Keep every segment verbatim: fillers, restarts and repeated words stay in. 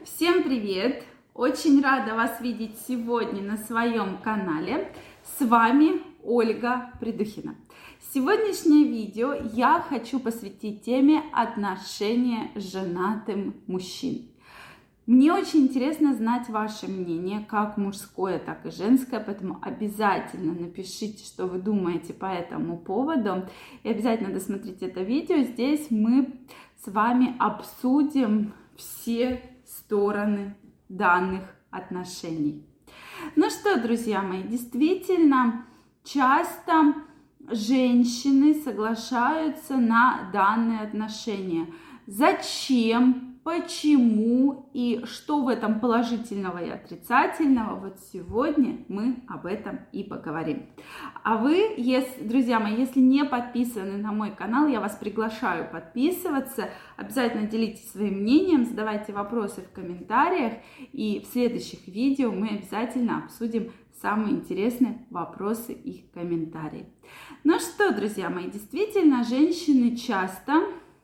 Всем привет! Очень рада вас видеть сегодня на своем канале. С вами Ольга Придухина. Сегодняшнее видео я хочу посвятить теме отношения с женатым мужчиной. Мне очень интересно знать ваше мнение, как мужское, так и женское, поэтому обязательно напишите, что вы думаете по этому поводу. И обязательно досмотрите это видео. Здесь мы с вами обсудим все стороны данных отношений. Ну что, друзья мои, действительно, часто женщины соглашаются на данные отношения. Зачем? Почему и что в этом положительного и отрицательного, вот сегодня мы об этом и поговорим. А вы, если, друзья мои, если не подписаны на мой канал, я вас приглашаю подписываться. Обязательно делитесь своим мнением, задавайте вопросы в комментариях. И в следующих видео мы обязательно обсудим самые интересные вопросы и комментарии. Ну что, друзья мои, действительно, женщины часто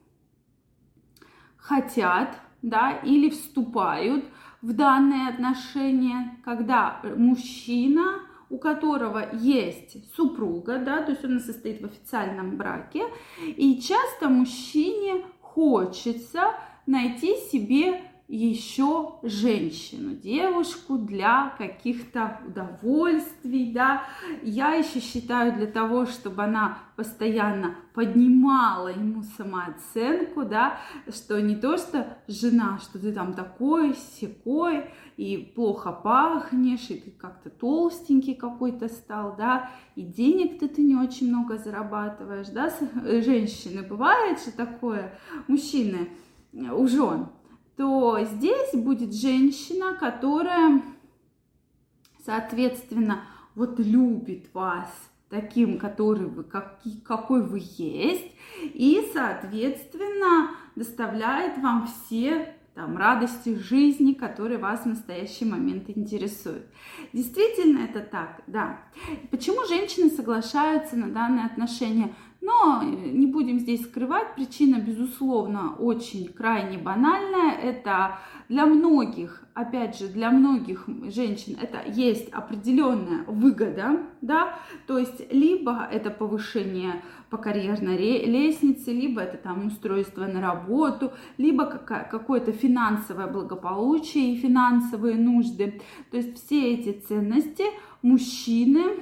хотят, да, или вступают в данные отношения, когда мужчина, у которого есть супруга, да, то есть он состоит в официальном браке, и часто мужчине хочется найти себе еще женщину, девушку для каких-то удовольствий, да. Я еще считаю, для того, чтобы она постоянно поднимала ему самооценку, да, что не то, что жена, что ты там такой, сякой, и плохо пахнешь, и ты как-то толстенький какой-то стал, да, и денег-то ты не очень много зарабатываешь, да, женщины, бывает же такое, мужчины у жен, то здесь будет женщина, которая, соответственно, вот любит вас таким, который вы, как, какой вы есть, и, соответственно, доставляет вам все там радости жизни, которые вас в настоящий момент интересуют. Действительно, это так, да. Почему женщины соглашаются на данные отношения? Но не будем здесь скрывать, причина, безусловно, очень крайне банальная. Это для многих, опять же, для многих женщин это есть определенная выгода, да, то есть либо это повышение по карьерной лестнице, либо это там устройство на работу, либо какое-то финансовое благополучие и финансовые нужды. То есть все эти ценности мужчины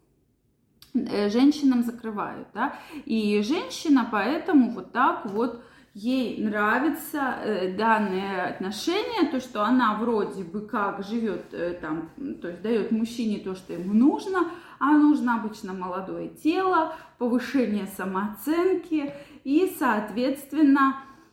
женщинам закрывают, да, и женщина поэтому вот так вот ей нравятся э, данные отношения, то, что она вроде бы как живет э, там, то есть дает мужчине то, что ему нужно, а нужно обычно молодое тело, повышение самооценки и, соответственно,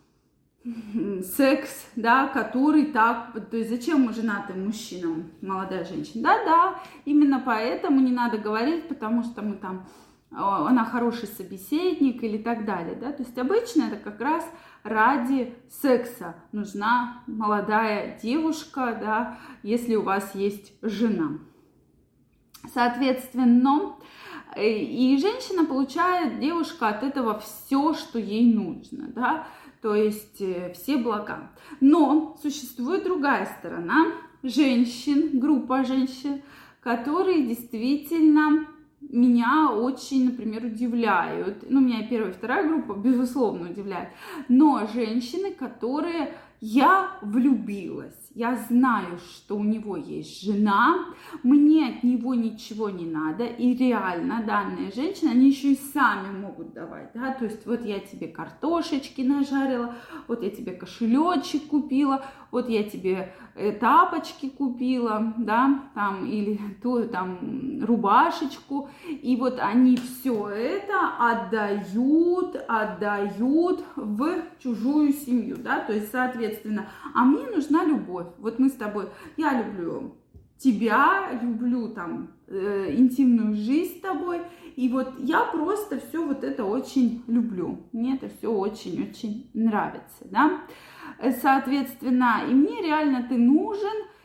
секс, да, который так, то есть зачем женатым мужчинам молодая женщина? Да-да, именно поэтому не надо говорить, потому что мы там, она хороший собеседник или так далее, да, то есть обычно это как раз ради секса нужна молодая девушка, да, если у вас есть жена. Соответственно, и женщина получает, девушка, от этого все, что ей нужно, да, то есть все блага. Но существует другая сторона женщин, группа женщин, которые действительно меня очень, например, удивляют. Ну, меня первая и вторая группа, безусловно, удивляют. Но женщины, которые я влюбилась, я знаю, что у него есть жена, мне от него ничего не надо, и реально данные женщины, они еще и сами могут давать, да, то есть вот я тебе картошечки нажарила, вот я тебе кошелечек купила, вот я тебе тапочки купила, да, там, или ту, там, рубашечку, и вот они все это отдают, отдают в чужую семью, да, то есть, соответственно, а мне нужна любовь, вот мы с тобой, я люблю тебя, люблю там э, интимную жизнь с тобой, и вот я просто все вот это очень люблю, мне это все очень-очень нравится, да, соответственно, и мне реально ты нужен,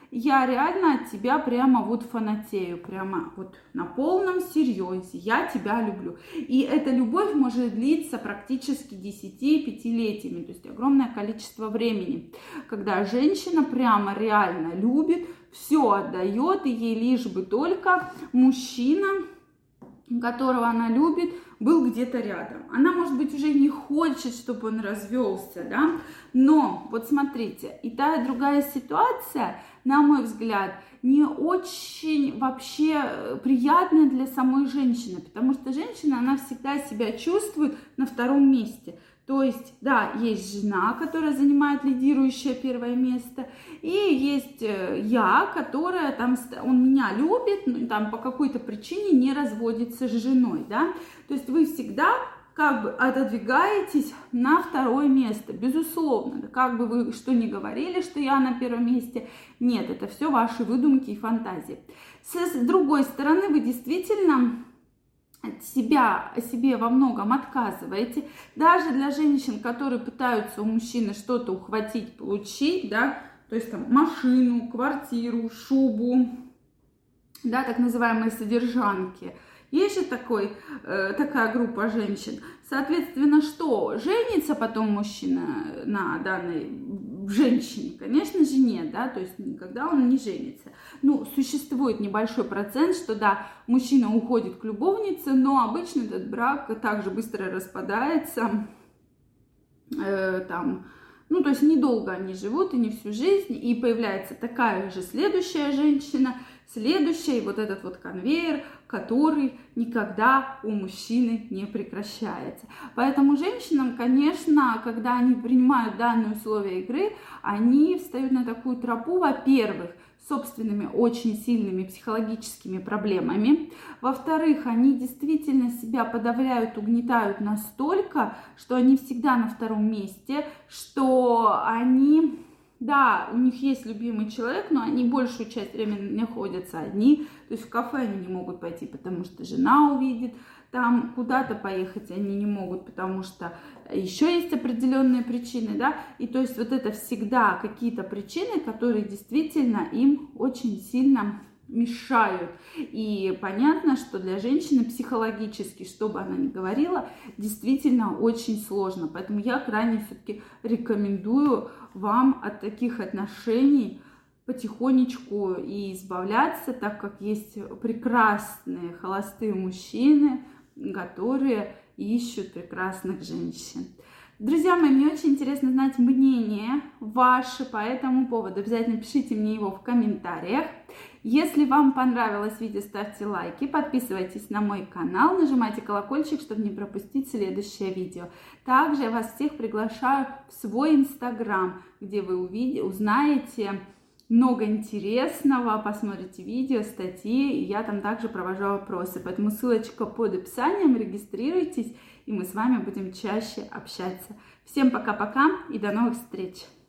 я реально от тебя прямо вот фанатею, прямо вот на полном серьезе, я тебя люблю. И эта любовь может длиться практически десятилетиями, то есть огромное количество времени, когда женщина прямо реально любит, все отдает, и ей лишь бы только мужчина, которого она любит, был где-то рядом. Она, может быть, уже не хочет, чтобы он развелся, да, но вот смотрите, и та, и другая ситуация, на мой взгляд, не очень вообще приятная для самой женщины, потому что женщина, она всегда себя чувствует на втором месте. То есть, да, есть жена, которая занимает лидирующее первое место, и есть я, которая там, он меня любит, но там по какой-то причине не разводится с женой, да. То есть вы всегда как бы отодвигаетесь на второе место, безусловно. Как бы вы что ни говорили, что я на первом месте, нет, это все ваши выдумки и фантазии. С другой стороны, вы действительно от себя, о себе во многом отказываете. Даже для женщин, которые пытаются у мужчины что-то ухватить, получить, да, то есть там машину, квартиру, шубу, да, так называемые содержанки. Есть же такой, э, такая группа женщин. Соответственно, что? Женится потом мужчина на данной женщине? Конечно же нет, да, то есть никогда он не женится. Ну, существует небольшой процент, что да, мужчина уходит к любовнице, но обычно этот брак также быстро распадается, э, там, ну, то есть недолго они живут и не всю жизнь, и появляется такая же следующая женщина, следующая, и вот этот вот конвейер, который никогда у мужчины не прекращается. Поэтому женщинам, конечно, когда они принимают данные условия игры, они встают на такую тропу, во-первых, собственными очень сильными психологическими проблемами. Во-вторых, они действительно себя подавляют, угнетают настолько, что они всегда на втором месте, что они... Да, у них есть любимый человек, но они большую часть времени находятся одни. То есть в кафе они не могут пойти, потому что жена увидит. Там куда-то поехать они не могут, потому что еще есть определенные причины, да. И то есть вот это всегда какие-то причины, которые действительно им очень сильно мешают. И понятно, что для женщины психологически, что бы она ни говорила, действительно очень сложно. Поэтому я крайне все-таки рекомендую вам от таких отношений потихонечку и избавляться, так как есть прекрасные холостые мужчины, которые ищут прекрасных женщин. Друзья мои, мне очень интересно знать мнение ваше по этому поводу. Обязательно пишите мне его в комментариях. Если вам понравилось видео, ставьте лайки, подписывайтесь на мой канал, нажимайте колокольчик, чтобы не пропустить следующее видео. Также я вас всех приглашаю в свой инстаграм, где вы увидите, узнаете много интересного, посмотрите видео, статьи, и я там также провожу вопросы. Поэтому ссылочка под описанием, регистрируйтесь, и мы с вами будем чаще общаться. Всем пока-пока и до новых встреч!